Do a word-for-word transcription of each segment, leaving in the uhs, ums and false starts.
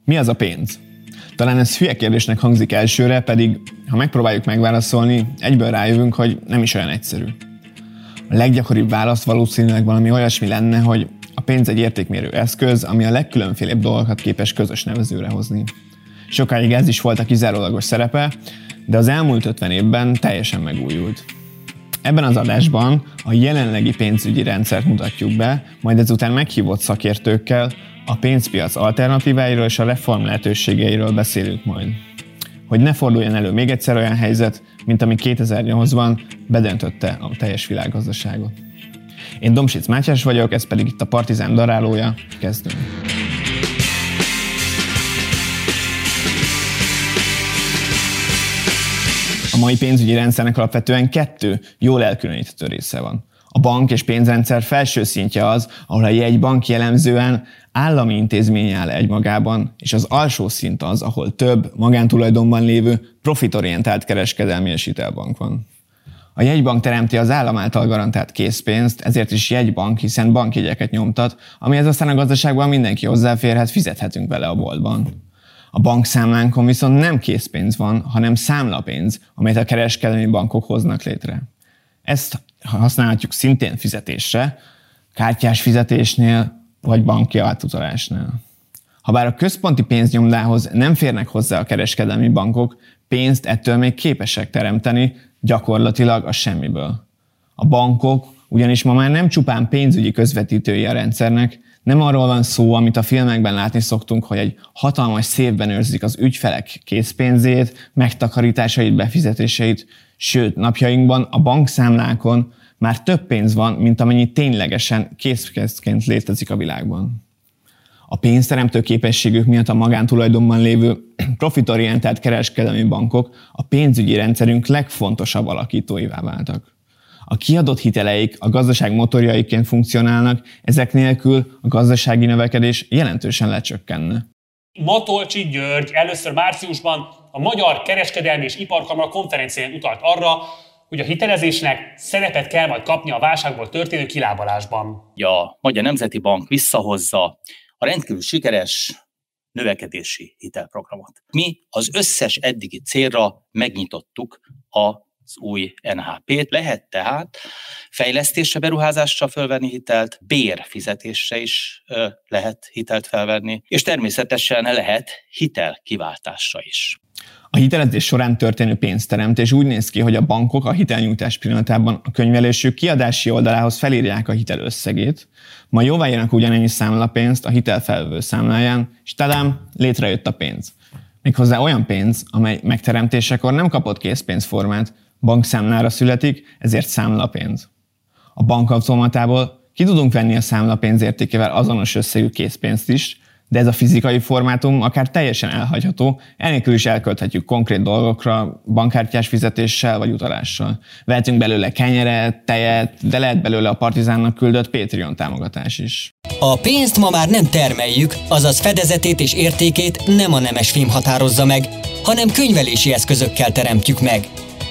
Mi az a pénz? Talán ez hülye kérdésnek hangzik elsőre, pedig ha megpróbáljuk megválaszolni, egyből rájövünk, hogy nem is olyan egyszerű. A leggyakoribb válasz valószínűleg valami olyasmi lenne, hogy a pénz egy értékmérő eszköz, ami a legkülönfélebb dolgokat képes közös nevezőre hozni. Sokáig ez is volt a kizárólagos szerepe, de az elmúlt ötven évben teljesen megújult. Ebben az adásban a jelenlegi pénzügyi rendszert mutatjuk be, majd ezután meghívott szakértőkkel a pénzpiac alternatíváiról és a reform lehetőségeiről beszélünk majd. Hogy ne forduljon elő még egyszer olyan helyzet, mint ami kétezer-nyolcban bedöntötte a teljes világgazdaságot. Én Domsic Mátyás vagyok, ez pedig itt a Partizán darálója. Kezdünk! A mai pénzügyi rendszernek alapvetően kettő jól elkülöníthető része van. A bank és pénzrendszer felső szintje az, ahol a jegybank jellemzően állami intézmény áll egymagában, és az alsó szint az, ahol több magántulajdonban lévő profitorientált kereskedelmi és hitelbank van. A jegybank teremti az állam által garantált készpénzt, ezért is jegybank, hiszen bankjegyeket nyomtat, amihez aztán a gazdaságban mindenki hozzáférhet, fizethetünk vele a boltban. A bankszámlánkon viszont nem készpénz van, hanem számlapénz, amelyet a kereskedelmi bankok hoznak létre. Ezt használhatjuk szintén fizetésre, kártyás fizetésnél vagy banki átutalásnál. Habár a központi pénznyomdához nem férnek hozzá a kereskedelmi bankok, pénzt ettől még képesek teremteni, gyakorlatilag a semmiből. A bankok ugyanis ma már nem csupán pénzügyi közvetítői a rendszernek, nem arról van szó, amit a filmekben látni szoktunk, hogy egy hatalmas széfben őrzik az ügyfelek készpénzét, megtakarításait, befizetéseit, sőt, napjainkban a bankszámlákon már több pénz van, mint amennyi ténylegesen készpénzként létezik a világban. A pénzteremtő képességük miatt a magántulajdonban lévő profitorientált kereskedelmi bankok a pénzügyi rendszerünk legfontosabb alakítóivá váltak. A kiadott hiteleik a gazdaság motorjaiként funkcionálnak, ezek nélkül a gazdasági növekedés jelentősen lecsökkenne. Matolcsy György először márciusban a Magyar Kereskedelmi és Iparkamara konferencián utalt arra, hogy a hitelezésnek szerepet kell majd kapni a válságból történő kilábalásban. A Magyar Nemzeti Bank visszahozza a rendkívül sikeres növekedési hitelprogramot. Mi az összes eddigi célra megnyitottuk a az új en há pét. Lehet tehát fejlesztésre, beruházásra felvenni hitelt, bérfizetésre is ö, lehet hitelt felvenni, és természetesen lehet hitelkiváltásra is. A hitelezés során történő pénzteremtés úgy néz ki, hogy a bankok a hitelnyújtás pillanatában a könyvelésük kiadási oldalához felírják a hitel összegét, majd jóváírnak ugyanennyi számlapénzt a hitelfelvevő számláján, és tadám, létrejött a pénz. Méghozzá olyan pénz, amely megteremtésekor nem kapott készpénzformát, bankszámlára születik, ezért számlapénz. A bankautomatából ki tudunk venni a számlapénz értékével azonos összegű készpénzt is, de ez a fizikai formátum akár teljesen elhagyható, enélkül is elkölthetjük konkrét dolgokra, bankkártyás fizetéssel vagy utalással. Vehetünk belőle kenyeret, tejet, de lehet belőle a Partizánnak küldött Patreon támogatás is. A pénzt ma már nem termeljük, azaz fedezetét és értékét nem a nemesfém határozza meg, hanem könyvelési eszközökkel teremtjük meg.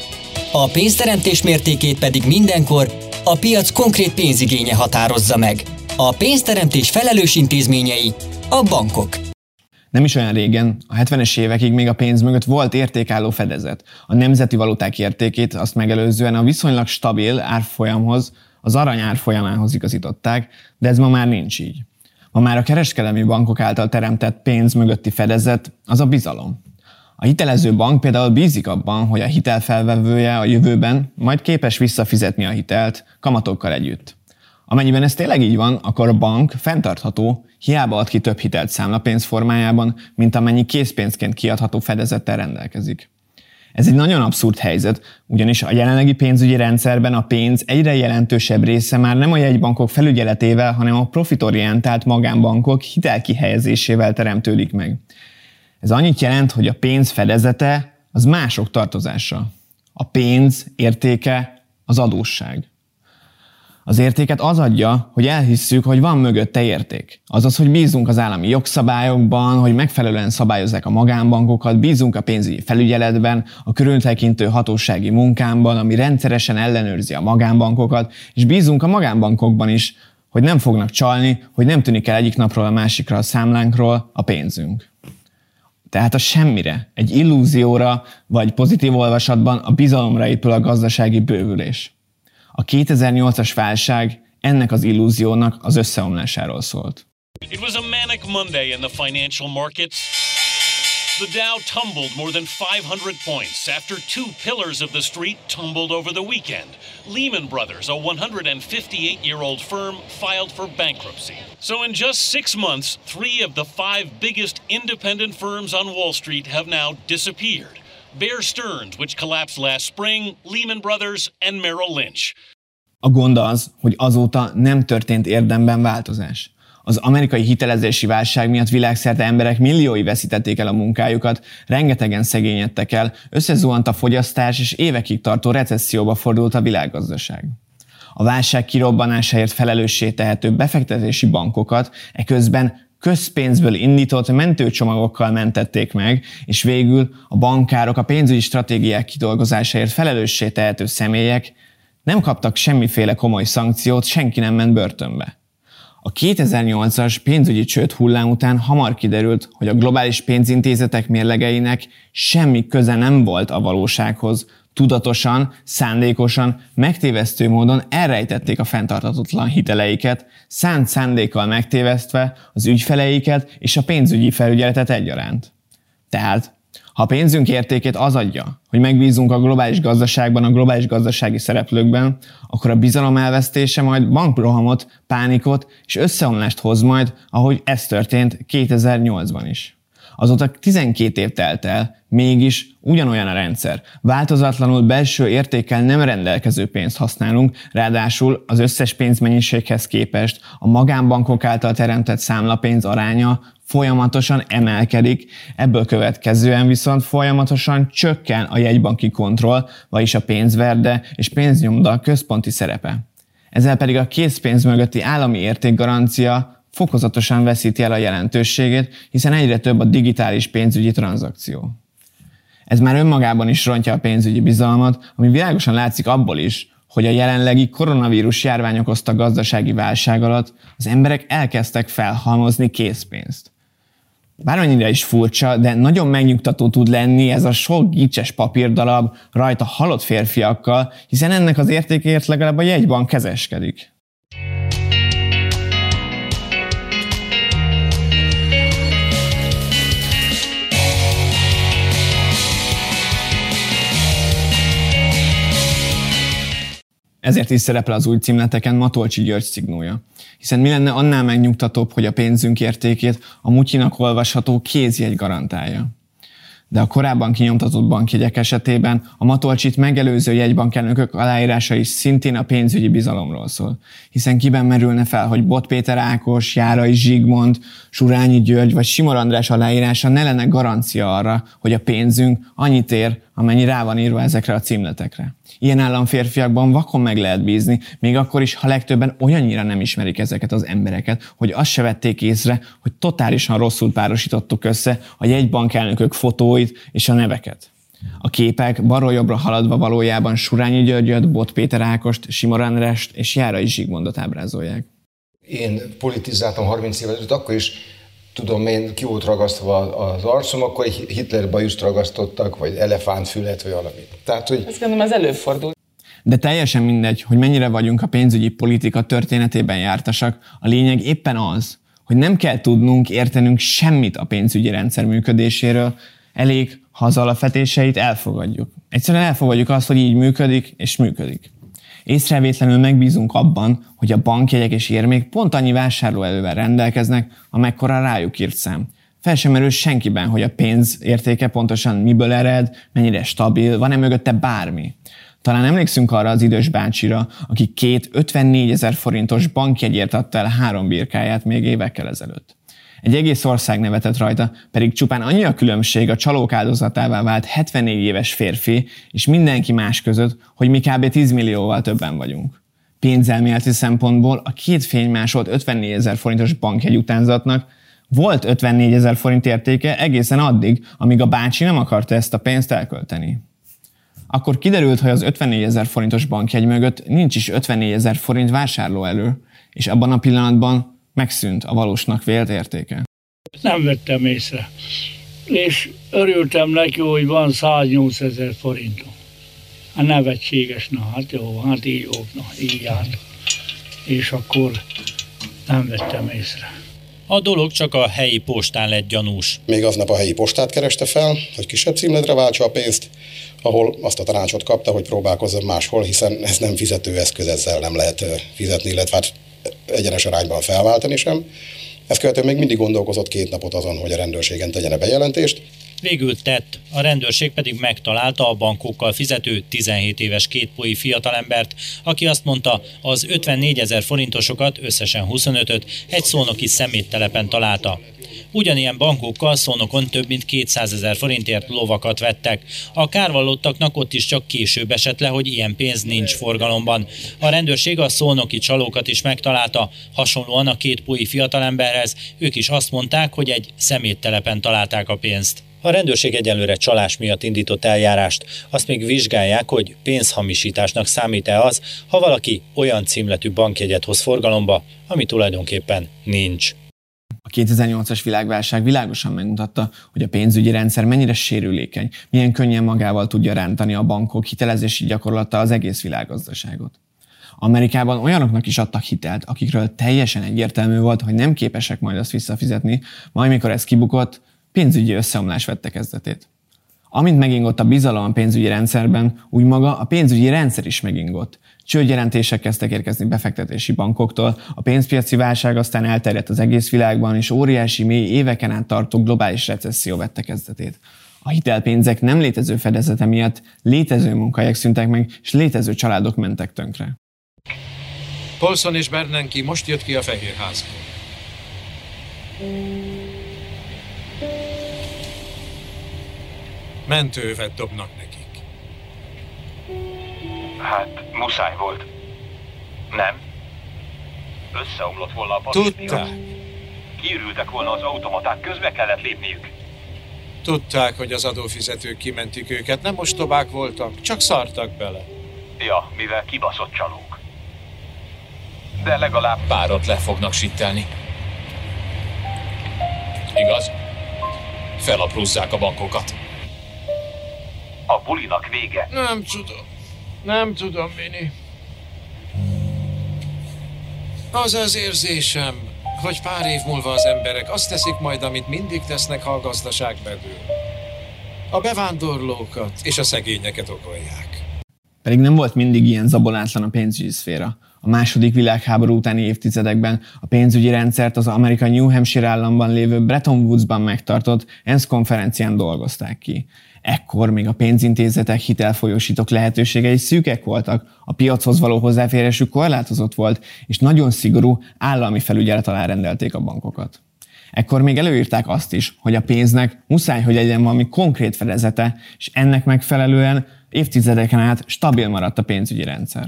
A pénzteremtés mértékét pedig mindenkor a piac konkrét pénzigénye határozza meg. A pénzteremtés felelős intézményei a bankok. Nem is olyan régen, a hetvenes évekig még a pénz mögött volt értékálló fedezet. A nemzeti valuták értékét azt megelőzően a viszonylag stabil árfolyamhoz, az arany árfolyamához igazították, de ez ma már nincs így. Ma már a kereskedelmi bankok által teremtett pénz mögötti fedezet az a bizalom. A hitelező bank például bízik abban, hogy a hitelfelvevője a jövőben majd képes visszafizetni a hitelt kamatokkal együtt. Amennyiben ez tényleg így van, akkor a bank fenntartható, hiába ad ki több hitelt számlapénz formájában, mint amennyi készpénzként kiadható fedezettel rendelkezik. Ez egy nagyon abszurd helyzet, ugyanis a jelenlegi pénzügyi rendszerben a pénz egyre jelentősebb része már nem a jegybankok felügyeletével, hanem a profitorientált magánbankok hitelkihelyezésével teremtődik meg. Ez annyit jelent, hogy a pénz fedezete az mások tartozása. A pénz értéke az adósság. Az értéket az adja, hogy elhisszük, hogy van mögötte érték. Azaz, hogy bízunk az állami jogszabályokban, hogy megfelelően szabályozzák a magánbankokat, bízunk a pénzügyi felügyeletben, a körültekintő hatósági munkámban, ami rendszeresen ellenőrzi a magánbankokat, és bízunk a magánbankokban is, hogy nem fognak csalni, hogy nem tűnik el egyik napról a másikra a számlánkról a pénzünk. Tehát a semmire, egy illúzióra vagy pozitív olvasatban a bizalomra épül a gazdasági bővülés. A kétezer-nyolcas válság ennek az illúziónak az összeomlásáról szólt. It was a manic Monday in the financial markets. The Dow tumbled more than five hundred points after two pillars of the street tumbled over the weekend. Lehman Brothers, a one hundred fifty-eight-year-old firm, filed for bankruptcy. So in just six months, three of the five biggest independent firms on Wall Street have now disappeared. Bear Stearns, which collapsed last spring, Lehman Brothers, and Merrill Lynch. A gond az, hogy azóta nem történt érdemben változás. Az amerikai hitelezési válság miatt világszerte emberek milliói veszítették el a munkájukat, rengetegen szegényedtek el, összezuhant a fogyasztás, és évekig tartó recesszióba fordult a világgazdaság. A válság kirobbanásáért felelőssé tehető befektetési bankokat eközben közpénzből indított mentőcsomagokkal mentették meg, és végül a bankárok, a pénzügyi stratégiák kidolgozásáért felelőssé tehető személyek nem kaptak semmiféle komoly szankciót, senki nem ment börtönbe. A kétezer-nyolcas pénzügyi csőd hullám után hamar kiderült, hogy a globális pénzintézetek mérlegeinek semmi köze nem volt a valósághoz, tudatosan, szándékosan, megtévesztő módon elrejtették a fenntarthatatlan hiteleiket, szánt szándékkal megtévesztve az ügyfeleiket és a pénzügyi felügyeletet egyaránt. Tehát, ha a pénzünk értékét az adja, hogy megbízunk a globális gazdaságban, a globális gazdasági szereplőkben, akkor a bizalom elvesztése majd bankrohamot, pánikot és összeomlást hoz majd, ahogy ez történt kétezer-nyolcban is. Azóta tizenkét év telt el, mégis ugyanolyan a rendszer. Változatlanul belső értékkel nem rendelkező pénzt használunk, ráadásul az összes pénzmennyiséghez képest a magánbankok által teremtett számlapénz aránya folyamatosan emelkedik, ebből következően viszont folyamatosan csökken a jegybanki kontroll, vagyis a pénzverde és pénznyomda központi szerepe. Ezzel pedig a készpénz mögötti állami értékgarancia fokozatosan veszíti el a jelentőségét, hiszen egyre több a digitális pénzügyi tranzakció. Ez már önmagában is rontja a pénzügyi bizalmat, ami világosan látszik abból is, hogy a jelenlegi koronavírus járvány okozta gazdasági válság alatt az emberek elkezdtek felhalmozni készpénzt. Bármennyire is furcsa, de nagyon megnyugtató tud lenni ez a sok gicses papírdalab rajta halott férfiakkal, hiszen ennek az értékért legalább a jegybank kezeskedik. Ezért is szerepel az új címleteken Matolcsy György szignója. Hiszen mi lenne annál megnyugtatóbb, hogy a pénzünk értékét a mutyinak olvasható kézjegy garantálja. De a korábban kinyomtatott bankjegyek esetében a Matolcsit megelőző jegybankelnökök aláírása is szintén a pénzügyi bizalomról szól. Hiszen kiben merülne fel, hogy Bot Péter Ákos, Járai Zsigmond, Surányi György vagy Simor András aláírása ne lenne garancia arra, hogy a pénzünk annyit ér, amennyi rá van írva ezekre a címletekre. Ilyen államférfiakban vakon meg lehet bízni, még akkor is, ha legtöbben olyannyira nem ismerik ezeket az embereket, hogy azt se vették észre, hogy totálisan rosszul párosítottuk össze a jegybankelnökök fotóit és a neveket. A képek balról jobbra haladva valójában Surányi Györgyöt, Bot Péter Ákost, Simor Andrást és Járai Zsigmondot ábrázolják. Én politizáltam harminc évvel ezelőtt, akkor is tudom én, ki volt ragasztva az arcom, akkor egy Hitler bajuszt ragasztottak, vagy elefántfület, vagy valamit. Tehát, hogy... Ezt gondolom, ez előfordul. De teljesen mindegy, hogy mennyire vagyunk a pénzügyi politika történetében jártasak, a lényeg éppen az, hogy nem kell tudnunk, értenünk semmit a pénzügyi rendszer működéséről, elég, ha az alapvetéseit elfogadjuk. Egyszerűen elfogadjuk azt, hogy így működik, és működik. Észrevétlenül megbízunk abban, hogy a bankjegyek és érmék pont annyi vásárlóerővel rendelkeznek, amekkora rájuk írt szám. Fel sem merül senkiben, hogy a pénz értéke pontosan miből ered, mennyire stabil, van-e mögötte bármi. Talán emlékszünk arra az idős bácsira, aki két ötvennégyezer forintos bankjegyért adta el három birkáját még évekkel ezelőtt. Egy egész ország nevetett rajta, pedig csupán annyi a különbség a csalók áldozatává vált hetvennégy éves férfi és mindenki más között, hogy mi kb. tíz millióval többen vagyunk. Pénzelméleti szempontból a két fénymásolt ötvennégyezer forintos bankjegy utánzatnak volt ötvennégyezer forint értéke egészen addig, amíg a bácsi nem akarta ezt a pénzt elkölteni. Akkor kiderült, hogy az ötvennégyezer forintos bankjegy mögött nincs is ötvennégyezer forint vásárlóerő, és abban a pillanatban megszűnt a valósnak vélt értéke. Nem vettem észre. és örültem neki, hogy van száznyolcezer forintom. Hát nevetséges, na hát jó, hát így jó, na így járt. És akkor nem vettem észre. A dolog csak a helyi postán lett gyanús. Még aznap a helyi postát kereste fel, hogy kisebb címletre váltsa a pénzt, ahol azt a tanácsot kapta, hogy próbálkozzon máshol, hiszen ez nem fizetőeszköz, ezzel nem lehet fizetni, illetve hát egyenes arányban felváltani sem. Ezt követően még mindig gondolkozott két napot azon, hogy a rendőrségen tegyen bejelentést. Végül tett, a rendőrség pedig megtalálta a bankokkal fizető tizenhét éves kétpói fiatalembert, aki azt mondta, az ötvennégyezer forintosokat, összesen huszonötöt egy szolnoki szeméttelepen találta. Ugyanilyen bankókkal Szolnokon több mint kétszázezer forintért lovakat vettek. A kárvallottaknak ott is csak később esett le, hogy ilyen pénz nincs forgalomban. A rendőrség a szolnoki csalókat is megtalálta, hasonlóan a kétpói fiatalemberhez, ők is azt mondták, hogy egy szeméttelepen találták a pénzt. A rendőrség egyelőre csalás miatt indított eljárást. Azt még vizsgálják, hogy pénzhamisításnak számít-e az, ha valaki olyan címletű bankjegyet hoz forgalomba, ami tulajdonképpen nincs. A kétezer-nyolcas világválság világosan megmutatta, hogy a pénzügyi rendszer mennyire sérülékeny, milyen könnyen magával tudja rántani a bankok hitelezési gyakorlata az egész világgazdaságot. Amerikában olyanoknak is adtak hitelt, akikről teljesen egyértelmű volt, hogy nem képesek majd azt visszafizetni, majd mikor ez kibukott, pénzügyi összeomlás vette kezdetét. Amint megingott a bizalom a pénzügyi rendszerben, úgy maga a pénzügyi rendszer is megingott. Csődjelentések kezdtek érkezni befektetési bankoktól, a pénzpiaci válság aztán elterjedt az egész világban, és óriási, mély éveken át tartó globális recesszió vette kezdetét. A hitelpénzek nem létező fedezete miatt létező munkahelyek szűntek meg, és létező családok mentek tönkre. Paulson és Bernanke most jött ki a Fehérházból. Mentővet dobnak nekik. Hát, muszáj volt. Nem? Összeomlott volna a papír. Tudták. Kiürültek volna az automaták, közbe kellett lépniük. Tudták, hogy az adófizetők kimentik őket, nem ostobák voltak, csak szartak bele. Ja, mivel kibaszott csalók. De legalább párat le fognak sittelni. Igaz? Felaprózzák a bankokat. A bulinak vége. Nem tudom. Nem tudom, Vini. Az az érzésem, hogy pár év múlva az emberek azt teszik majd, amit mindig tesznek, ha a gazdaság bedől. A bevándorlókat és a szegényeket okolják. Pedig nem volt mindig ilyen zabolátlan a pénzügyi szféra. A második világháború utáni évtizedekben a pénzügyi rendszert az amerikai New Hampshire államban lévő Bretton Woodsban megtartott ENSZ konferencián dolgozták ki. Ekkor még a pénzintézetek, hitelfolyósítók lehetőségei szűkek voltak, a piachoz való hozzáférésük korlátozott volt, és nagyon szigorú állami felügyelet alá rendelték a bankokat. Ekkor még előírták azt is, hogy a pénznek muszáj, hogy legyen valami konkrét fedezete, és ennek megfelelően évtizedeken át stabil maradt a pénzügyi rendszer.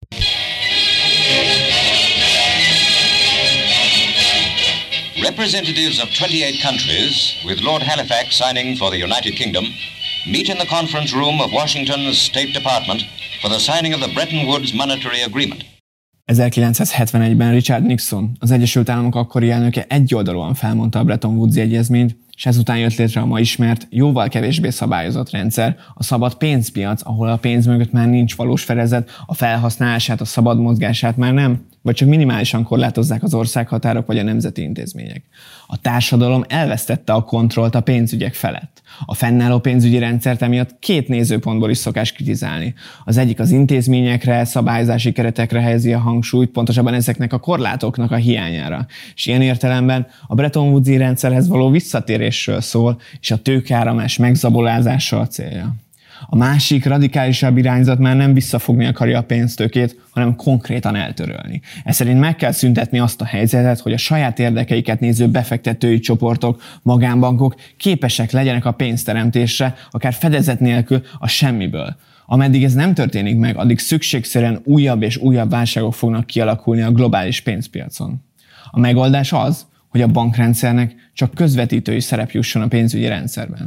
Representatives of twenty-eight countries, with Lord Halifax signing for the United Kingdom, meet in the conference room of Washington's State Department for the signing of the Bretton Woods Monetary Agreement. ezerkilencszázhetvenegyben Richard Nixon, az Egyesült Államok akkori elnöke egyoldalúan felmondta a Bretton Woods-i egyezményt, és ezután jött létre a ma ismert, jóval kevésbé szabályozott rendszer, a szabad pénzpiac, ahol a pénz mögött már nincs valós fedezet, a felhasználását, a szabad mozgását már nem, vagy csak minimálisan korlátozzák az országhatárok vagy a nemzeti intézmények. A társadalom elvesztette a kontrollt a pénzügyek felett. A fennálló pénzügyi rendszert emiatt két nézőpontból is szokás kritizálni. Az egyik az intézményekre, szabályozási keretekre helyezi a hangsúlyt, pontosabban ezeknek a korlátoknak a hiányára. És ilyen értelemben a Bretton Woods-i rendszerhez való visszatérésről szól, és a tőkeáramlás megzabolázása a célja. A másik, radikálisabb irányzat már nem visszafogni akarja a pénztőkét, hanem konkrétan eltörölni. Ez szerint meg kell szüntetni azt a helyzetet, hogy a saját érdekeiket néző befektetői csoportok, magánbankok képesek legyenek a pénzteremtésre, akár fedezet nélkül, a semmiből. Ameddig ez nem történik meg, addig szükségszerűen újabb és újabb válságok fognak kialakulni a globális pénzpiacon. A megoldás az, hogy a bankrendszernek csak közvetítői szerep jusson a pénzügyi rendszerben.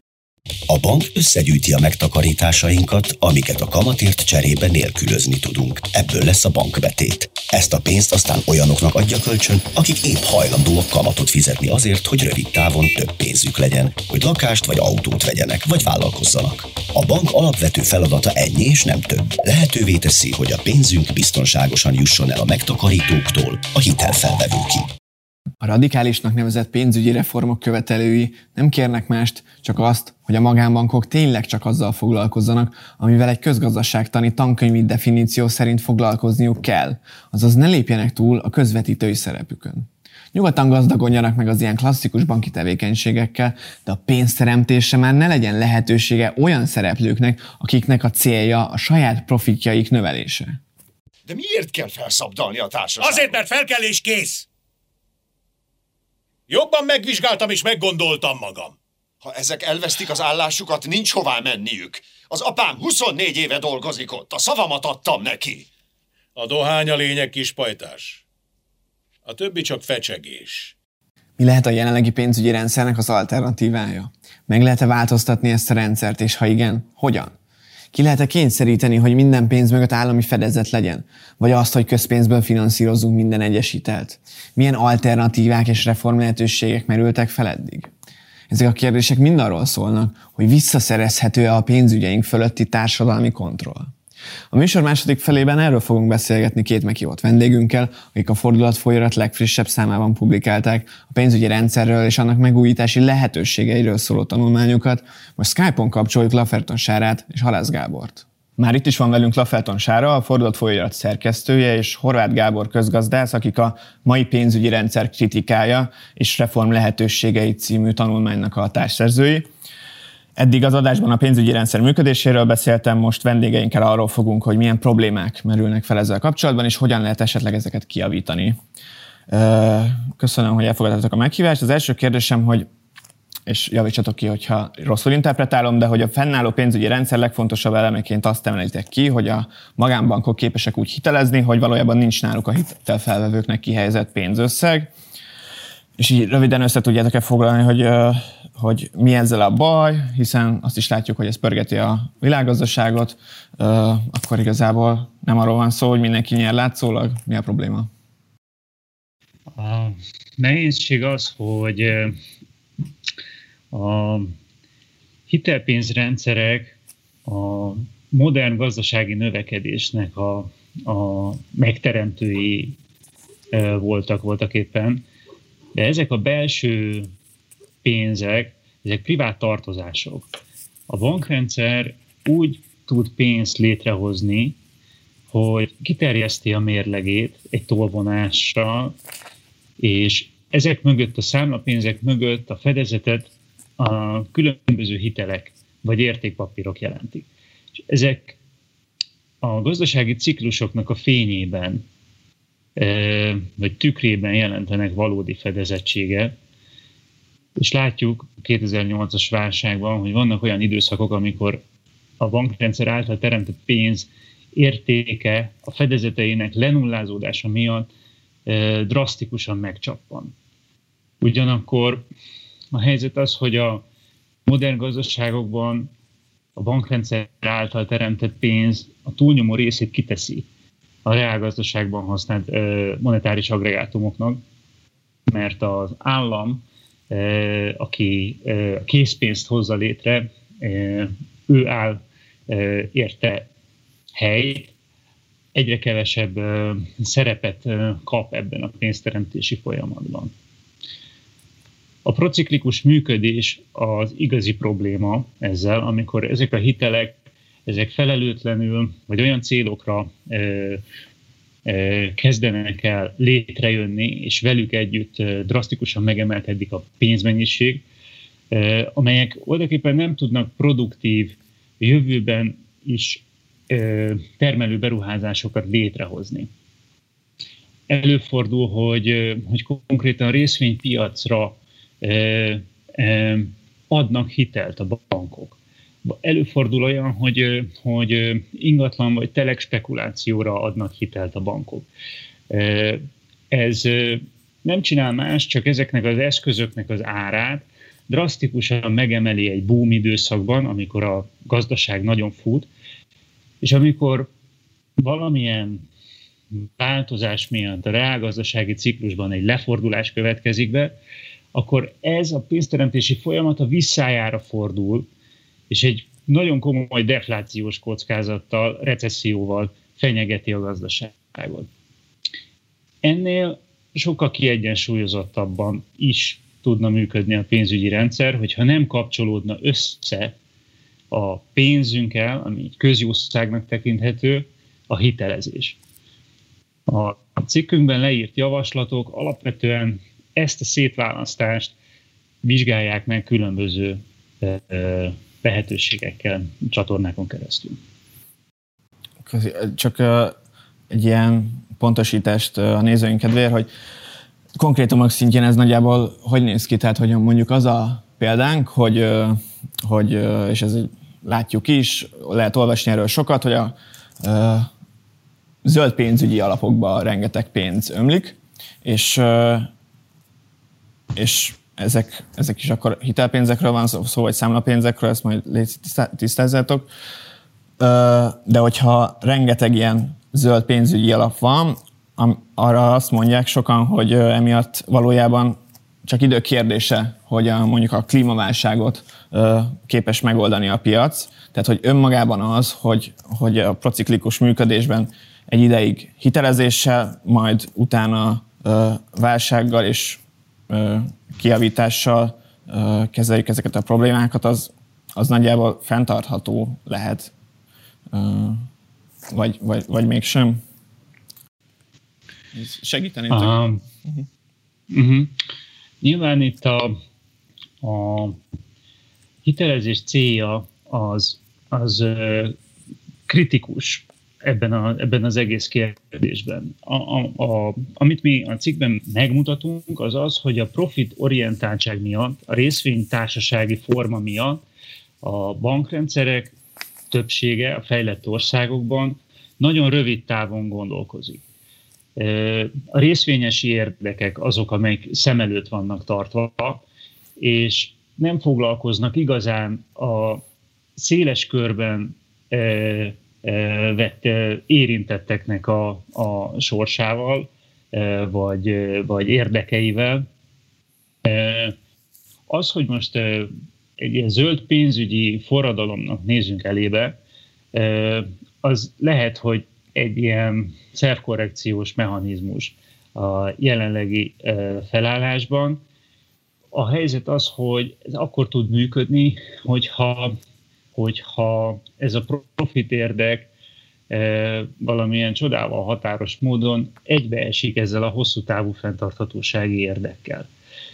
A bank összegyűjti a megtakarításainkat, amiket a kamatért cserébe nélkülözni tudunk. Ebből lesz a bankbetét. Ezt a pénzt aztán olyanoknak adja kölcsön, akik épp hajlandóak kamatot fizetni azért, hogy rövid távon több pénzük legyen, hogy lakást vagy autót vegyenek, vagy vállalkozzanak. A bank alapvető feladata ennyi és nem több. Lehetővé teszi, hogy a pénzünk biztonságosan jusson el a megtakarítóktól a hitelfelvevőkig. A radikálisnak nevezett pénzügyi reformok követelői nem kérnek mást, csak azt, hogy a magánbankok tényleg csak azzal foglalkozzanak, amivel egy közgazdaságtani tankönyvi definíció szerint foglalkozniuk kell, azaz ne lépjenek túl a közvetítői szerepükön. Nyugodtan gazdagodjanak meg az ilyen klasszikus banki tevékenységekkel, de a pénzteremtésre már ne legyen lehetősége olyan szereplőknek, akiknek a célja a saját profitjaik növelése. De miért kell felszabdalni a társaságot? Azért, mert fel kell és kész! Jobban megvizsgáltam és meggondoltam magam. Ha ezek elvesztik az állásukat, nincs hová menniük. Az apám huszonnégy éve dolgozik ott, a szavamat adtam neki. A dohány a lényeg, kispajtás. A többi csak fecsegés. Mi lehet a jelenlegi pénzügyi rendszernek az alternatívája? Meg lehet-e változtatni ezt a rendszert, és ha igen, hogyan? Ki lehet-e kényszeríteni, hogy minden pénz mögött állami fedezet legyen? Vagy azt, hogy közpénzből finanszírozzunk minden egyes hitelt? Milyen alternatívák és reform lehetőségek merültek fel eddig? Ezek a kérdések mind arról szólnak, hogy visszaszerezhető-e a pénzügyeink fölötti társadalmi kontroll. A műsor második felében erről fogunk beszélgetni két meghívott vendégünkkel, akik a Fordulat folyóirat legfrissebb számában publikálták a pénzügyi rendszerről és annak megújítási lehetőségeiről szóló tanulmányokat. Most Skype-on kapcsoljuk Lafferton Sárát és Halász Gábort. Már itt is van velünk Lafferton Sára, a Fordulat folyóirat szerkesztője, és Horváth Gábor közgazdász, akik a mai pénzügyi rendszer kritikája és reform lehetőségei című tanulmánynak a társszerzői. Eddig az adásban a pénzügyi rendszer működéséről beszéltem, most vendégeinkkel arról fogunk, hogy milyen problémák merülnek fel ezzel kapcsolatban, és hogyan lehet esetleg ezeket kijavítani. Köszönöm, hogy elfogadtatok a meghívást. Az első kérdésem, hogy, és javítsatok ki, hogyha rosszul interpretálom, de hogy a fennálló pénzügyi rendszer legfontosabb elemeként azt emelitek ki, hogy a magánbankok képesek úgy hitelezni, hogy valójában nincs náluk a hitelfelvevőknek kihelyezett pénzösszeg. És így röviden össze tudjátok-e foglalni, hogy, hogy mi ezzel a baj, hiszen azt is látjuk, hogy ez pörgeti a világgazdaságot, akkor igazából nem arról van szó, hogy mindenki nyer látszólag. Mi a probléma? A nehézség az, hogy a hitelpénzrendszerek a modern gazdasági növekedésnek a, a megteremtői voltak voltak éppen, de ezek a belső pénzek, ezek privát tartozások. A bankrendszer úgy tud pénzt létrehozni, hogy kiterjeszti a mérlegét egy tolvonással, és ezek mögött, a számlapénzek mögött a fedezetet a különböző hitelek vagy értékpapírok jelentik. És ezek a gazdasági ciklusoknak a fényében vagy tükrében jelentenek valódi fedezettséget, és látjuk a kétezer-nyolcas válságban, hogy vannak olyan időszakok, amikor a bankrendszer által teremtett pénz értéke a fedezeteinek lenullázódása miatt drasztikusan megcsappan. Ugyanakkor a helyzet az, hogy a modern gazdaságokban a bankrendszer által teremtett pénz a túlnyomó részét kiteszi a reálgazdaságban használt monetáris agregátumoknak, mert az állam, aki a készpénzt hozza létre, ő áll érte helyt, egyre kevesebb szerepet kap ebben a pénzteremtési folyamatban. A prociklikus működés az igazi probléma ezzel, amikor ezek a hitelek, ezek felelőtlenül, vagy olyan célokra ö, ö, kezdenek el létrejönni, és velük együtt ö, drasztikusan megemelkedik a pénzmennyiség, ö, amelyek odaképpen nem tudnak produktív, jövőben is ö, termelő beruházásokat létrehozni. Előfordul, hogy, ö, hogy konkrétan részvénypiacra ö, ö, adnak hitelt a bankok. Előfordul olyan, hogy, hogy ingatlan vagy telek spekulációra adnak hitelt a bankok. Ez nem csinál más, csak ezeknek az eszközöknek az árát drasztikusan megemeli egy boom időszakban, amikor a gazdaság nagyon fut, és amikor valamilyen változás miatt a reálgazdasági ciklusban egy lefordulás következik be, akkor ez a pénzteremtési folyamat a visszájára fordul, és egy nagyon komoly deflációs kockázattal, recesszióval fenyegeti a gazdaságot. Ennél sokkal kiegyensúlyozottabban is tudna működni a pénzügyi rendszer, hogyha nem kapcsolódna össze a pénzünkkel, ami közjószágnak tekinthető, a hitelezés. A cikkünkben leírt javaslatok alapvetően ezt a szétválasztást vizsgálják meg különböző lehetőségekkel, csatornákon keresztül. Csak egy ilyen pontosítást a nézőink kedvéért, hogy konkrétumok szintjén ez nagyjából hogy néz ki? Tehát, hogy mondjuk az a példánk, hogy, hogy és ez látjuk is, lehet olvasni erről sokat, hogy a, a zöld pénzügyi alapokba rengeteg pénz ömlik, és, és ezek, ezek is akkor hitelpénzekről van szó, vagy számlapénzekről, ezt majd tisztázzátok. De hogyha rengeteg ilyen zöld pénzügyi alap van, arra azt mondják sokan, hogy emiatt valójában csak idő kérdése, hogy a, mondjuk a klímaválságot képes megoldani a piac. Tehát, hogy önmagában az, hogy, hogy a prociklikus működésben egy ideig hitelezéssel, majd utána válsággal és kijavítással kezeljük ezeket a problémákat, az, az nagyjából fenntartható lehet. Vagy, vagy, vagy mégsem? Segítenétek? Uh, uh-huh. Uh-huh. Nyilván itt a, a hitelezés célja az, az uh, kritikus ebben, a, ebben az egész kérdésben. A, a, a, amit mi a cikkben megmutatunk, az az, hogy a profit orientáltság miatt, a részvénytársasági forma miatt a bankrendszerek többsége a fejlett országokban nagyon rövid távon gondolkozik. A részvényesi érdekek azok, amelyek szem előtt vannak tartva, és nem foglalkoznak igazán a széles körben vett érintetteknek a, a sorsával, vagy, vagy érdekeivel. Az, hogy most egy ilyen zöld pénzügyi forradalomnak nézzünk elébe, az lehet, hogy egy ilyen szervkorrekciós mechanizmus a jelenlegi felállásban. A helyzet az, hogy ez akkor tud működni, hogyha, hogyha ez a profit érdek valamilyen csodával határos módon egybeesik ezzel a hosszú távú fenntarthatósági érdekkel.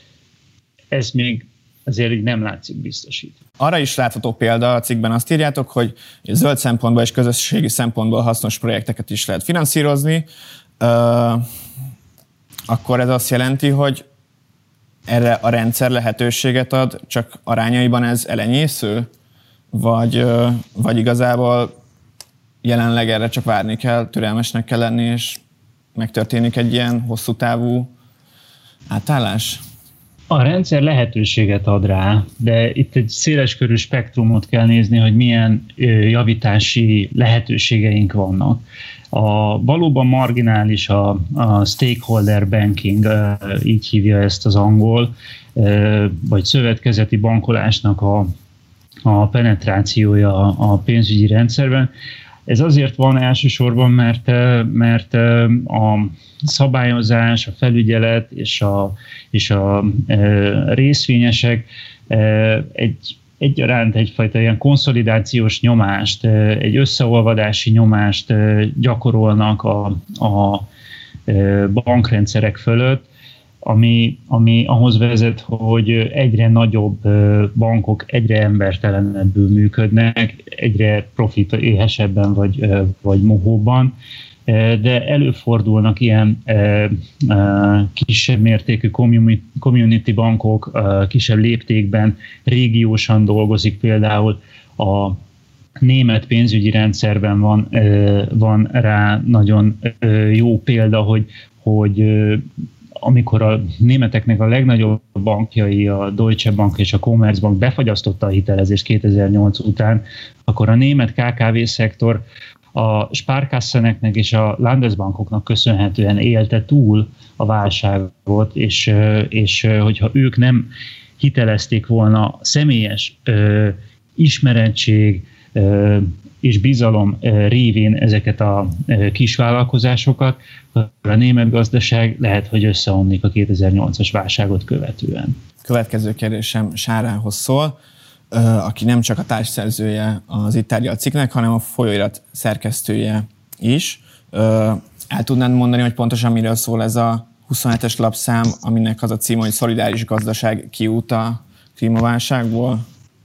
Ez még azért így nem látszik biztosít. Arra is látható példa, a cikkben azt írjátok, hogy zöld szempontból és közösségi szempontból hasznos projekteket is lehet finanszírozni. Uh, akkor ez azt jelenti, hogy erre a rendszer lehetőséget ad, csak arányaiban ez elenyésző? Vagy, uh, vagy igazából jelenleg erre csak várni kell, türelmesnek kell lenni, és megtörténik egy ilyen hosszú távú átállás? A rendszer lehetőséget ad rá, de itt egy széleskörű spektrumot kell nézni, hogy milyen javítási lehetőségeink vannak. A valóban marginális a, a stakeholder banking, így hívja ezt az angol, vagy szövetkezeti bankolásnak a, a penetrációja a pénzügyi rendszerben. Ez azért van elsősorban, mert, mert a szabályozás, a felügyelet és a, és a részvényesek egy, egyaránt egyfajta ilyen konszolidációs nyomást, egy összeolvadási nyomást gyakorolnak a, a bankrendszerek fölött, ami, ami ahhoz vezet, hogy egyre nagyobb bankok egyre embertelenebbül működnek, egyre profit éhesebben vagy, vagy mohóban, de előfordulnak ilyen kisebb mértékű community bankok, kisebb léptékben, régiósan dolgozik, például a német pénzügyi rendszerben van, van rá nagyon jó példa, hogy, hogy amikor a németeknek a legnagyobb bankjai, a Deutsche Bank és a Commerzbank befagyasztotta a hitelezést kétezer-nyolc után, akkor a német ká ká vé szektor a Sparkasseneknek és a Landesbankoknak köszönhetően élte túl a válságot, és, és hogyha ők nem hitelezték volna személyes ö, ismerettség ö, és bizalom ö, révén ezeket a ö, kisvállalkozásokat, akkor a német gazdaság lehet, hogy összeomlik a kétezer-nyolcas válságot követően. Következő kérdésem Sárához szól, ö, aki nem csak a társszerzője az itt tárgyalt cikknek, hanem a folyóirat szerkesztője is. Ö, el tudnád mondani, hogy pontosan miről szól ez a huszonhetes lapszám, aminek az a cím, hogy Szolidáris gazdaság kiút a klímaválságból,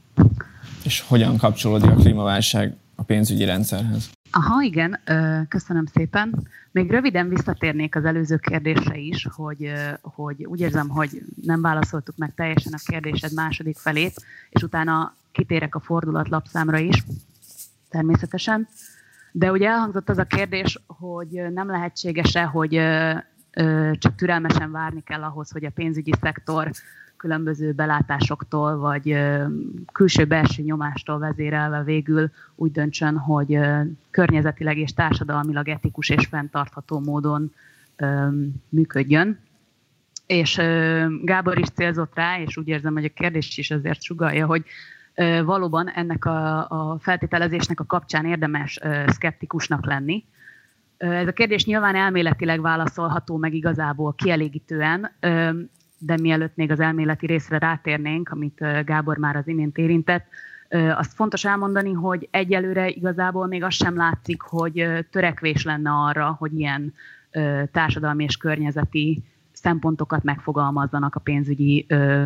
és hogyan kapcsolódik a klímaválság a pénzügyi rendszerhez? Aha, igen, köszönöm szépen. Még röviden visszatérnék az előző kérdésre is, hogy, hogy úgy érzem, hogy nem válaszoltuk meg teljesen a kérdésed második felét, és utána kitérek a fordulatlapszámra is, természetesen. De ugye elhangzott az a kérdés, hogy nem lehetséges-e, hogy csak türelmesen várni kell ahhoz, hogy a pénzügyi szektor különböző belátásoktól vagy külső-belső nyomástól vezérelve végül úgy döntsön, hogy környezetileg és társadalmilag etikus és fenntartható módon működjön. És Gábor is célzott rá, és úgy érzem, hogy a kérdés is azért sugallja, hogy valóban ennek a, a feltételezésnek a kapcsán érdemes szkeptikusnak lenni. Ez a kérdés nyilván elméletileg válaszolható meg igazából kielégítően, de mielőtt még az elméleti részre rátérnénk, amit Gábor már az imént érintett, azt fontos elmondani, hogy egyelőre igazából még az sem látszik, hogy törekvés lenne arra, hogy ilyen társadalmi és környezeti szempontokat megfogalmazzanak a pénzügyi ö,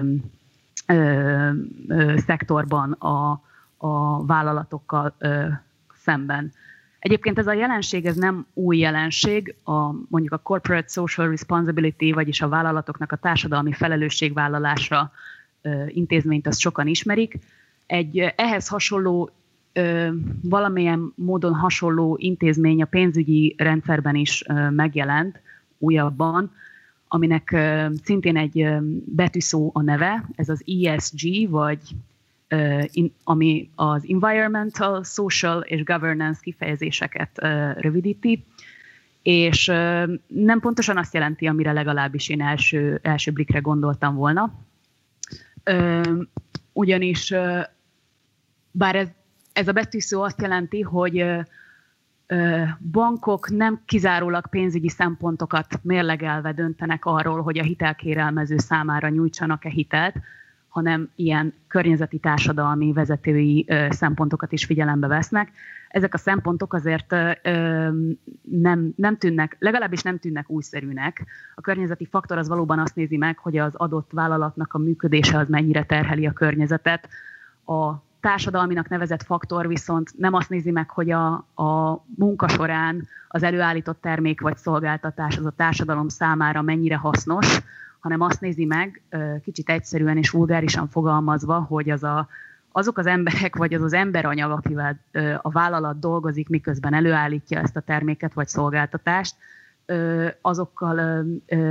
ö, ö, szektorban a, a vállalatokkal ö, szemben. Egyébként ez a jelenség, ez nem új jelenség, a, mondjuk a corporate social responsibility, vagyis a vállalatoknak a társadalmi felelősségvállalásra ö, intézményt azt sokan ismerik. Egy ehhez hasonló, ö, valamilyen módon hasonló intézmény a pénzügyi rendszerben is ö, megjelent újabban, aminek ö, szintén egy ö, betűszó a neve, ez az E S G, vagy Uh, in, ami az environmental, social és governance kifejezéseket uh, rövidíti, és uh, nem pontosan azt jelenti, amire legalábbis én első, első blikre gondoltam volna. Uh, ugyanis, uh, bár ez, ez a betűszó azt jelenti, hogy uh, uh, bankok nem kizárólag pénzügyi szempontokat mérlegelve döntenek arról, hogy a hitelkérelmező számára nyújtsanak-e hitelt, hanem ilyen környezeti társadalmi vezetői ö, szempontokat is figyelembe vesznek. Ezek a szempontok azért ö, nem, nem tűnnek, legalábbis nem tűnnek újszerűnek. A környezeti faktor az valóban azt nézi meg, hogy az adott vállalatnak a működése az mennyire terheli a környezetet. A társadalminak nevezett faktor viszont nem azt nézi meg, hogy a, a munka során az előállított termék vagy szolgáltatás az a társadalom számára mennyire hasznos, hanem azt nézi meg, kicsit egyszerűen és vulgárisan fogalmazva, hogy az a, azok az emberek, vagy az az emberanyag, akivel a vállalat dolgozik, miközben előállítja ezt a terméket vagy szolgáltatást, azokkal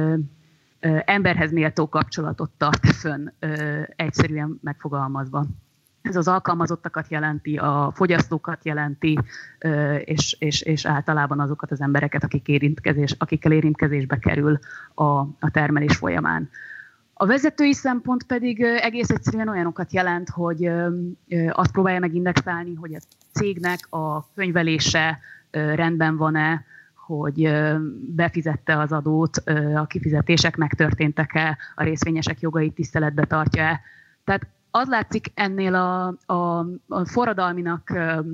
emberhez méltó kapcsolatot tart fönn, egyszerűen megfogalmazva. Ez az alkalmazottakat jelenti, a fogyasztókat jelenti, és, és, és általában azokat az embereket, akik érintkezés, akikkel érintkezésbe kerül a, a termelés folyamán. A vezetői szempont pedig egész egyszerűen olyanokat jelent, hogy azt próbálja megindexálni, hogy a cégnek a könyvelése rendben van-e, hogy befizette az adót, a kifizetések megtörténtek-e, a részvényesek jogait tiszteletbe tartja-e. Tehát az látszik ennél a, a, a forradalminak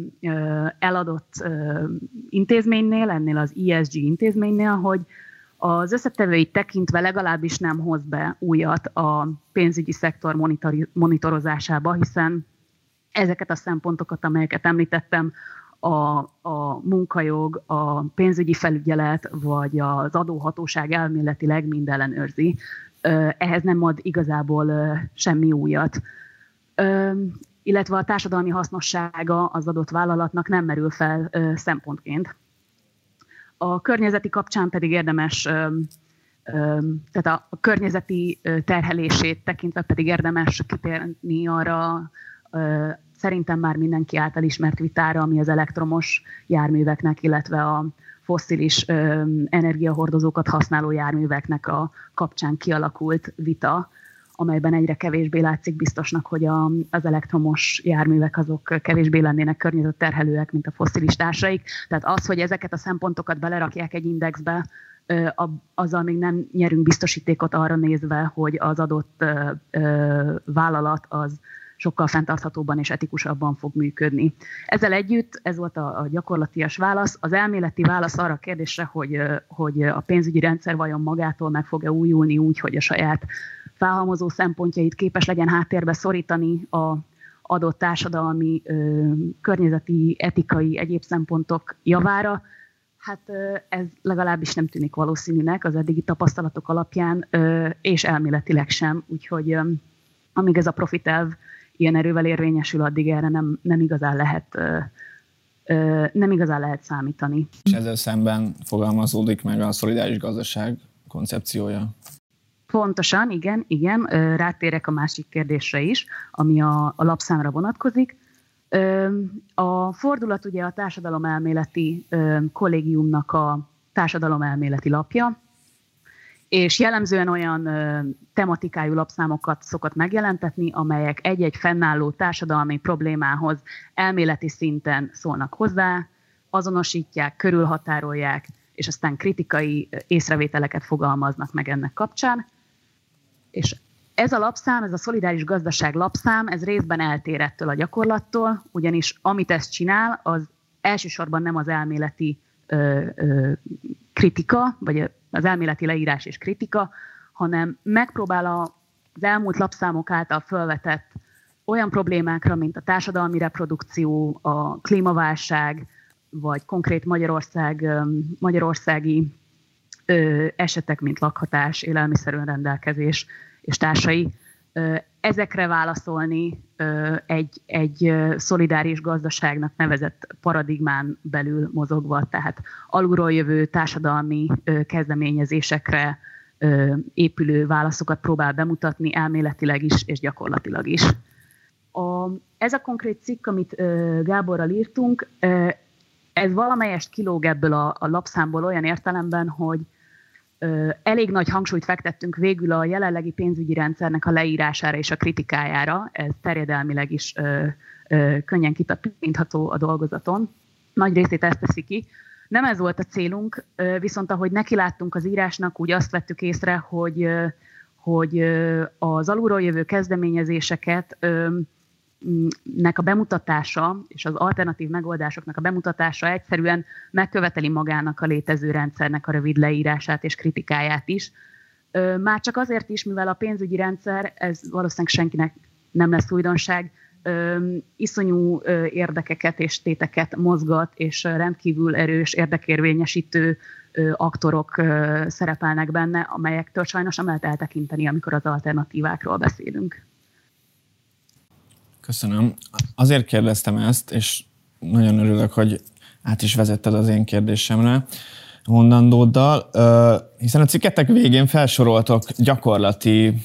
eladott intézménynél, ennél az E S G intézménynél, hogy az összetevőit tekintve legalábbis nem hoz be újat a pénzügyi szektor monitorozásába, hiszen ezeket a szempontokat, amelyeket említettem, a, a munkajog, a pénzügyi felügyelet vagy az adóhatóság elméletileg mind ellenőrzi. Ehhez nem ad igazából semmi újat. Ö, illetve a társadalmi hasznossága az adott vállalatnak nem merül fel ö, szempontként. A környezeti kapcsán pedig érdemes ö, tehát a környezeti terhelését tekintve pedig érdemes kitérni arra, szerintem már mindenki által ismert vitára, ami az elektromos járműveknek, illetve a fosszilis energiahordozókat használó járműveknek a kapcsán kialakult vita, amelyben egyre kevésbé látszik biztosnak, hogy a, az elektromos járművek azok kevésbé lennének környezetterhelőek, mint a fosszilis társaik. Tehát az, hogy ezeket a szempontokat belerakják egy indexbe, azzal még nem nyerünk biztosítékot arra nézve, hogy az adott vállalat az sokkal fenntarthatóbban és etikusabban fog működni. Ezzel együtt, ez volt a, a gyakorlatias válasz, az elméleti válasz arra a kérdésre, hogy, hogy a pénzügyi rendszer vajon magától meg fog-e újulni úgy, hogy a saját felhalmozó szempontjait képes legyen háttérbe szorítani a adott társadalmi, ö, környezeti, etikai, egyéb szempontok javára. Hát ö, ez legalábbis nem tűnik valószínűnek az eddigi tapasztalatok alapján, ö, és elméletileg sem, úgyhogy ö, amíg ez a profitelv ilyen erővel érvényesül, addig erre nem, nem igazán lehet ö, ö, nem igazán lehet számítani. És ezzel szemben fogalmazódik meg a szolidáris gazdaság koncepciója. Pontosan, igen, igen. Rátérek a másik kérdésre is, ami a, a lapszámra vonatkozik. A fordulat ugye a társadalomelméleti kollégiumnak a társadalomelméleti lapja, és jellemzően olyan tematikájú lapszámokat szokott megjelentetni, amelyek egy-egy fennálló társadalmi problémához elméleti szinten szólnak hozzá, azonosítják, körülhatárolják, és aztán kritikai észrevételeket fogalmaznak meg ennek kapcsán. És ez a lapszám, ez a szolidáris gazdaság lapszám, ez részben eltér ettől a gyakorlattól, ugyanis amit ez csinál, az elsősorban nem az elméleti ö, ö, kritika, vagy az elméleti leírás és kritika, hanem megpróbál az elmúlt lapszámok által felvetett olyan problémákra, mint a társadalmi reprodukció, a klímaválság, vagy konkrét Magyarország, magyarországi ö, esetek, mint lakhatás, élelmiszerönrendelkezés és társai. Ö, ezekre válaszolni ö, egy, egy szolidáris gazdaságnak nevezett paradigmán belül mozogva, tehát alulról jövő társadalmi ö, kezdeményezésekre ö, épülő válaszokat próbál bemutatni elméletileg is és gyakorlatilag is. A, ez a konkrét cikk, amit ö, Gáborral írtunk, ö, ez valamelyest kilóg ebből a, a lapszámból olyan értelemben, hogy ö, elég nagy hangsúlyt fektettünk végül a jelenlegi pénzügyi rendszernek a leírására és a kritikájára. Ez terjedelmileg is ö, ö, könnyen kitapintható a dolgozaton. Nagy részét ezt teszi ki. Nem ez volt a célunk, ö, viszont ahogy nekiláttunk az írásnak, úgy azt vettük észre, hogy, ö, hogy ö, az alulról jövő kezdeményezéseket ö, nek a bemutatása és az alternatív megoldásoknak a bemutatása egyszerűen megköveteli magának a létező rendszernek a rövid leírását és kritikáját is. Már csak azért is, mivel a pénzügyi rendszer, ez valószínűleg senkinek nem lesz újdonság, iszonyú érdekeket és téteket mozgat, és rendkívül erős érdekérvényesítő aktorok szerepelnek benne, amelyektől sajnos nem lehet eltekinteni, amikor az alternatívákról beszélünk. Köszönöm. Azért kérdeztem ezt, és nagyon örülök, hogy át is vezetted az én kérdésemre mondandóddal, hiszen a cikketek végén felsoroltok gyakorlati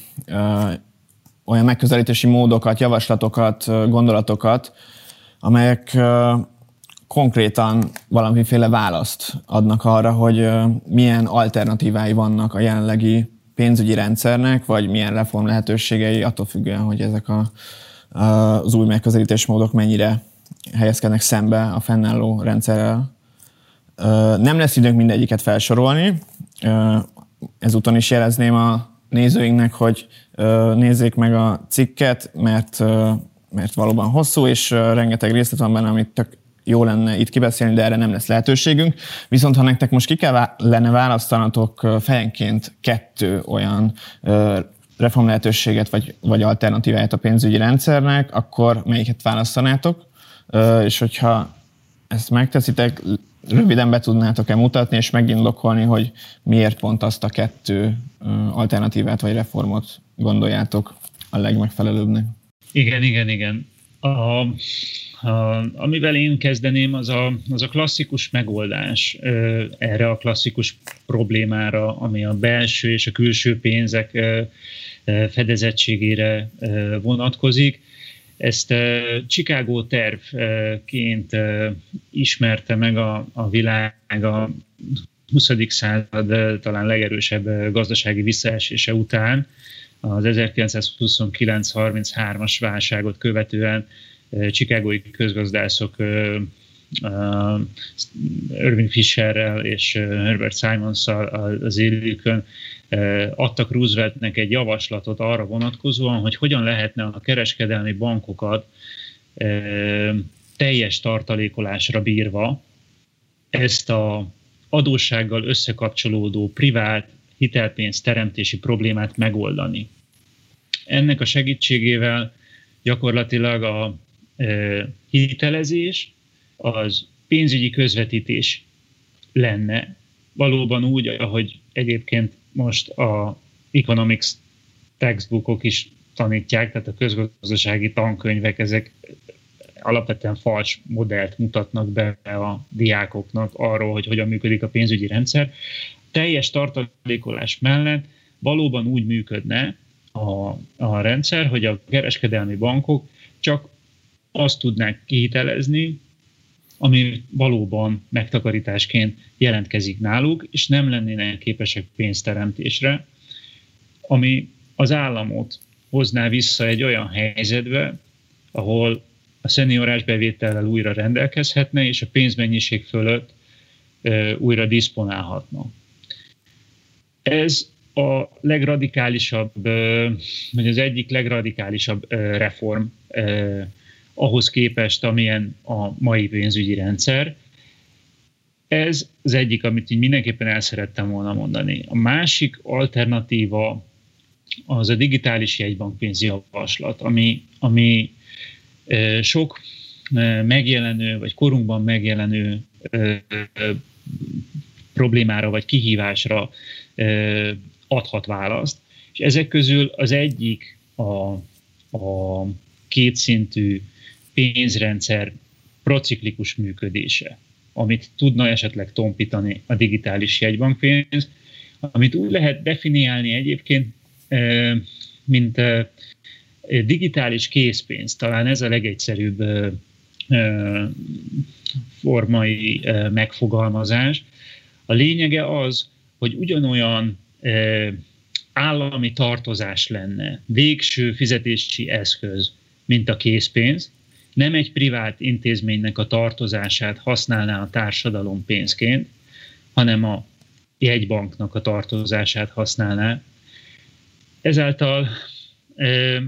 olyan megközelítési módokat, javaslatokat, gondolatokat, amelyek konkrétan valamiféle választ adnak arra, hogy milyen alternatívái vannak a jelenlegi pénzügyi rendszernek, vagy milyen reform lehetőségei, attól függően, hogy ezek a az új megközelítésmódok mennyire helyezkednek szembe a fennálló rendszerrel. Nem lesz időnk mindegyiket felsorolni. Ezúton is jelezném a nézőinknek, hogy nézzék meg a cikket, mert, mert valóban hosszú, és rengeteg részlet van benne, amit tök jó lenne itt kibeszélni, de erre nem lesz lehetőségünk. Viszont ha nektek most ki kellene választanatok fejenként kettő olyan reform lehetőséget vagy, vagy alternatíváját a pénzügyi rendszernek, akkor melyiket választanátok? És hogyha ezt megteszitek, röviden be tudnátok-e mutatni, és megindokolni, hogy miért pont azt a kettő alternatívát vagy reformot gondoljátok a legmegfelelőbbnek? Igen, igen, igen. A, a, amivel én kezdeném, az a, az a klasszikus megoldás ö, erre a klasszikus problémára, ami a belső és a külső pénzek ö, ö, fedezettségére ö, vonatkozik. Ezt ö, Chicago tervként ö, ismerte meg a, a világ a huszadik század talán legerősebb gazdasági visszaesése után, az ezerkilencszázhuszonkilenc harminchárom-as válságot követően chicagói közgazdászok Irving Fisherrel és Herbert Simonsszal az élükön adtak Rooseveltnek egy javaslatot arra vonatkozóan, hogy hogyan lehetne a kereskedelmi bankokat teljes tartalékolásra bírva ezt a adóssággal összekapcsolódó privát hitelpénz teremtési problémát megoldani. Ennek a segítségével gyakorlatilag a e, hitelezés az pénzügyi közvetítés lenne, valóban úgy, ahogy egyébként most a economics textbookok is tanítják, tehát a közgazdasági tankönyvek, ezek alapvetően fals modellt mutatnak be a diákoknak arról, hogy hogyan működik a pénzügyi rendszer. Teljes tartalékolás mellett valóban úgy működne a, a rendszer, hogy a kereskedelmi bankok csak azt tudnák kihitelezni, ami valóban megtakarításként jelentkezik náluk, és nem lennének képesek pénzteremtésre, ami az államot hozná vissza egy olyan helyzetbe, ahol a szeniorás bevétellel újra rendelkezhetne, és a pénzmennyiség fölött e, újra diszponálhatna. Ez a legradikálisabb, vagy az egyik legradikálisabb reform eh, ahhoz képest, amilyen a mai pénzügyi rendszer. Ez az egyik, amit így mindenképpen el szerettem volna mondani. A másik alternatíva az a digitális jegybankpénz javaslat, ami, ami eh, sok eh, megjelenő, vagy korunkban megjelenő eh, eh, problémára, vagy kihívásra adhat választ, és ezek közül az egyik a, a kétszintű pénzrendszer prociklikus működése, amit tudna esetleg tompítani a digitális jegybankpénz, amit úgy lehet definiálni egyébként, mint digitális készpénz. Talán ez a legegyszerűbb formai megfogalmazás. A lényege az, hogy ugyanolyan e, állami tartozás lenne, végső fizetési eszköz, mint a készpénz, nem egy privát intézménynek a tartozását használná a társadalom pénzként, hanem a jegybanknak a tartozását használná. Ezáltal e,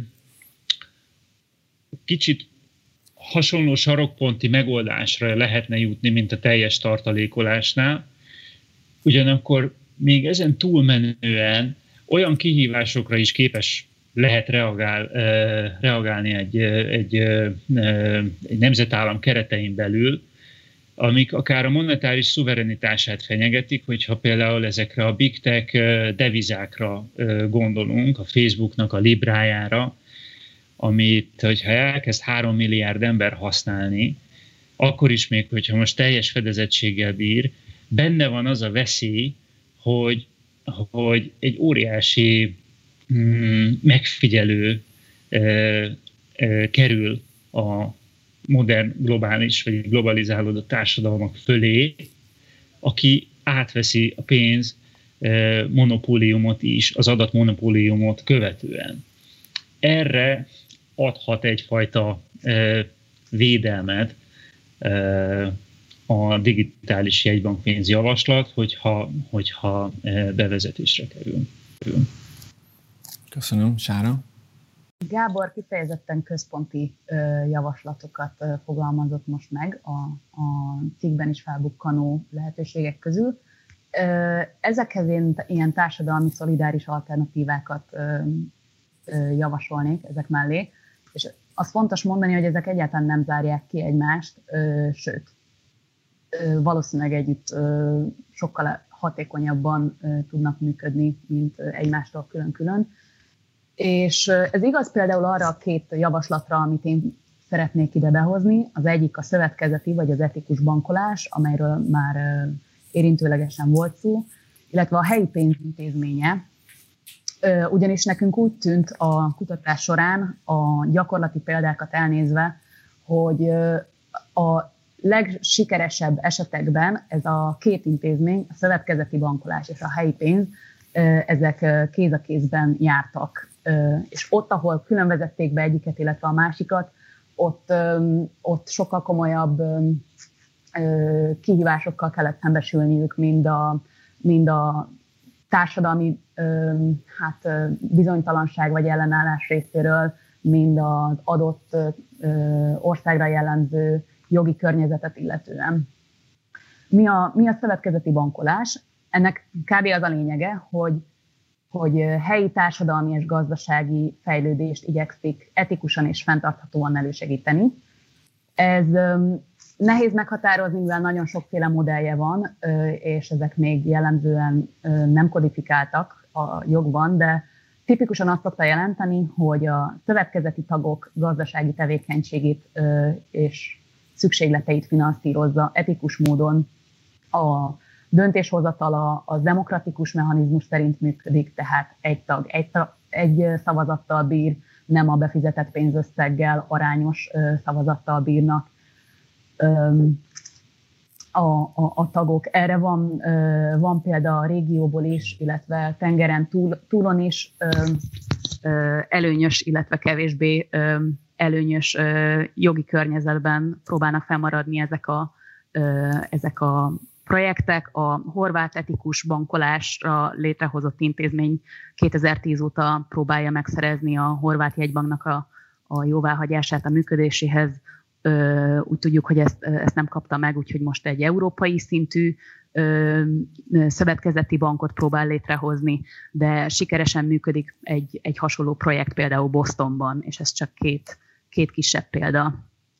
kicsit hasonló sarokponti megoldásra lehetne jutni, mint a teljes tartalékolásnál, ugyanakkor még ezen túlmenően olyan kihívásokra is képes lehet reagál, reagálni egy, egy, egy nemzetállam keretein belül, amik akár a monetáris szuverenitását fenyegetik, hogyha például ezekre a big tech devizákra gondolunk, a Facebooknak a librájára, amit, hogyha elkezd három milliárd ember használni, akkor is még, hogyha most teljes fedezettséggel bír, benne van az a veszély, hogy, hogy egy óriási mm, megfigyelő e, e, kerül a modern globális vagy globalizálódott társadalmak fölé, aki átveszi a pénz e, monopóliumot is, az adatmonopóliumot követően. Erre adhat egyfajta e, védelmet e, a digitális jegybankpénz javaslat, hogyha, hogyha bevezetésre kerül. Köszönöm. Sára? Gábor kifejezetten központi javaslatokat fogalmazott most meg a, a cikkben is felbukkanó lehetőségek közül. Ezekhez én ilyen társadalmi szolidáris alternatívákat javasolnék ezek mellé, és az fontos mondani, hogy ezek egyáltalán nem zárják ki egymást, sőt, valószínűleg együtt sokkal hatékonyabban tudnak működni, mint egymástól külön-külön. És ez igaz például arra a két javaslatra, amit én szeretnék ide behozni. Az egyik a szövetkezeti vagy az etikus bankolás, amelyről már érintőlegesen volt szó, illetve a helyi pénz intézménye. Ugyanis nekünk úgy tűnt a kutatás során, a gyakorlati példákat elnézve, hogy a legsikeresebb esetekben ez a két intézmény, a szövetkezeti bankolás és a helyi pénz, ezek kéz a kézben jártak. És ott, ahol külön vezették be egyiket, illetve a másikat, ott, ott sokkal komolyabb kihívásokkal kellett szembesülniük, mind a, mind a társadalmi hát, bizonytalanság vagy ellenállás részéről, mind az adott országra jellemző jogi környezetet illetően. Mi a, mi a szövetkezeti bankolás? Ennek kb. Az a lényege, hogy, hogy helyi társadalmi és gazdasági fejlődést igyekszik etikusan és fenntarthatóan elősegíteni. Ez nehéz meghatározni, mivel nagyon sokféle modellje van, és ezek még jellemzően nem kodifikáltak a jogban, de tipikusan azt szokta jelenteni, hogy a szövetkezeti tagok gazdasági tevékenységét és szükségleteit finanszírozza etikus módon. A döntéshozatala az demokratikus mechanizmus szerint működik, tehát egy tag egy, tag, egy szavazattal bír, nem a befizetett pénzösszeggel arányos szavazattal bírnak a, a, a tagok. Erre van, van példa a régióból is, illetve tengeren túl, túlon is előnyös, illetve kevésbé előnyös jogi környezetben próbálnak fennmaradni ezek a, ezek a projektek. A horvát etikus bankolásra létrehozott intézmény kétezer-tíz óta próbálja megszerezni a horvát jegybanknak a, a jóváhagyását a működéséhez. Úgy tudjuk, hogy ezt, ezt nem kapta meg, úgyhogy most egy európai szintű szövetkezeti bankot próbál létrehozni, de sikeresen működik egy, egy hasonló projekt például Bostonban, és ez csak két, két kisebb példa.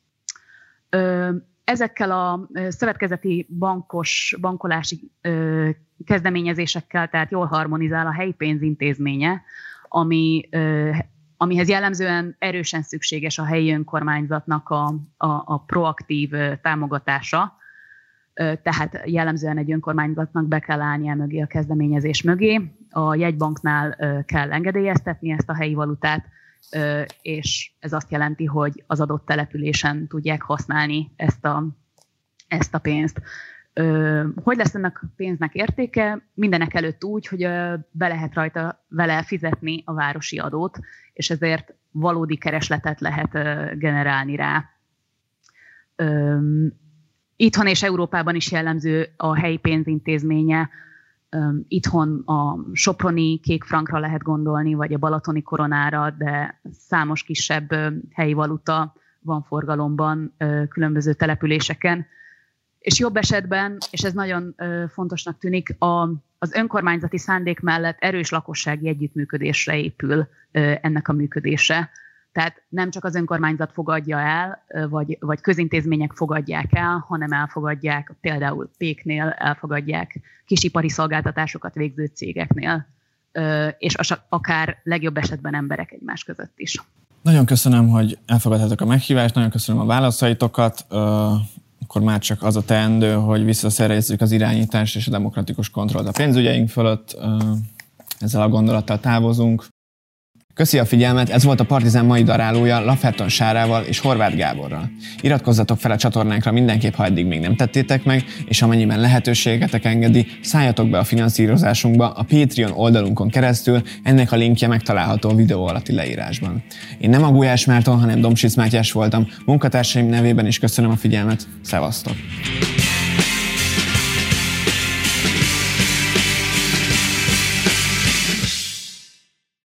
Ezekkel a szövetkezeti bankos, bankolási kezdeményezésekkel, tehát jól harmonizál a helyi pénzintézménye, ami, amihez jellemzően erősen szükséges a helyi önkormányzatnak a, a, a proaktív támogatása, tehát jellemzően egy önkormányzatnak be kell állnia mögé a kezdeményezés mögé. A jegybanknál kell engedélyeztetni ezt a helyi valutát, és ez azt jelenti, hogy az adott településen tudják használni ezt a, ezt a pénzt. Hogy lesz ennek a pénznek értéke? Mindenek előtt úgy, hogy be lehet rajta vele fizetni a városi adót, és ezért valódi keresletet lehet generálni rá. Itthon és Európában is jellemző a helyi pénzintézménye. Itthon a soproni kék frankra lehet gondolni, vagy a balatoni koronára, de számos kisebb helyi valuta van forgalomban különböző településeken. És jobb esetben, és ez nagyon fontosnak tűnik, a, az önkormányzati szándék mellett erős lakossági együttműködésre épül ennek a működése. Tehát nem csak az önkormányzat fogadja el, vagy, vagy közintézmények fogadják el, hanem elfogadják például Péknél, elfogadják kisipari szolgáltatásokat végző cégeknél, és akár legjobb esetben emberek egymás között is. Nagyon köszönöm, hogy elfogadtátok a meghívást, nagyon köszönöm a válaszaitokat. Akkor már csak az a teendő, hogy visszaszerezzük az irányítást és a demokratikus kontrollt a pénzügyeink fölött. Ezzel a gondolattal távozunk. Köszi a figyelmet, ez volt a Partizán mai darálója Lafferton Sárával és Horváth Gáborral. Iratkozzatok fel a csatornánkra mindenképp, ha eddig még nem tettétek meg, és amennyiben lehetőségetek engedi, szálljatok be a finanszírozásunkba a Patreon oldalunkon keresztül, ennek a linkje megtalálható a videó alatti leírásban. Én nem a Gulyás Márton, hanem Domsic Mátyás voltam, munkatársaim nevében is köszönöm a figyelmet, szevasztok!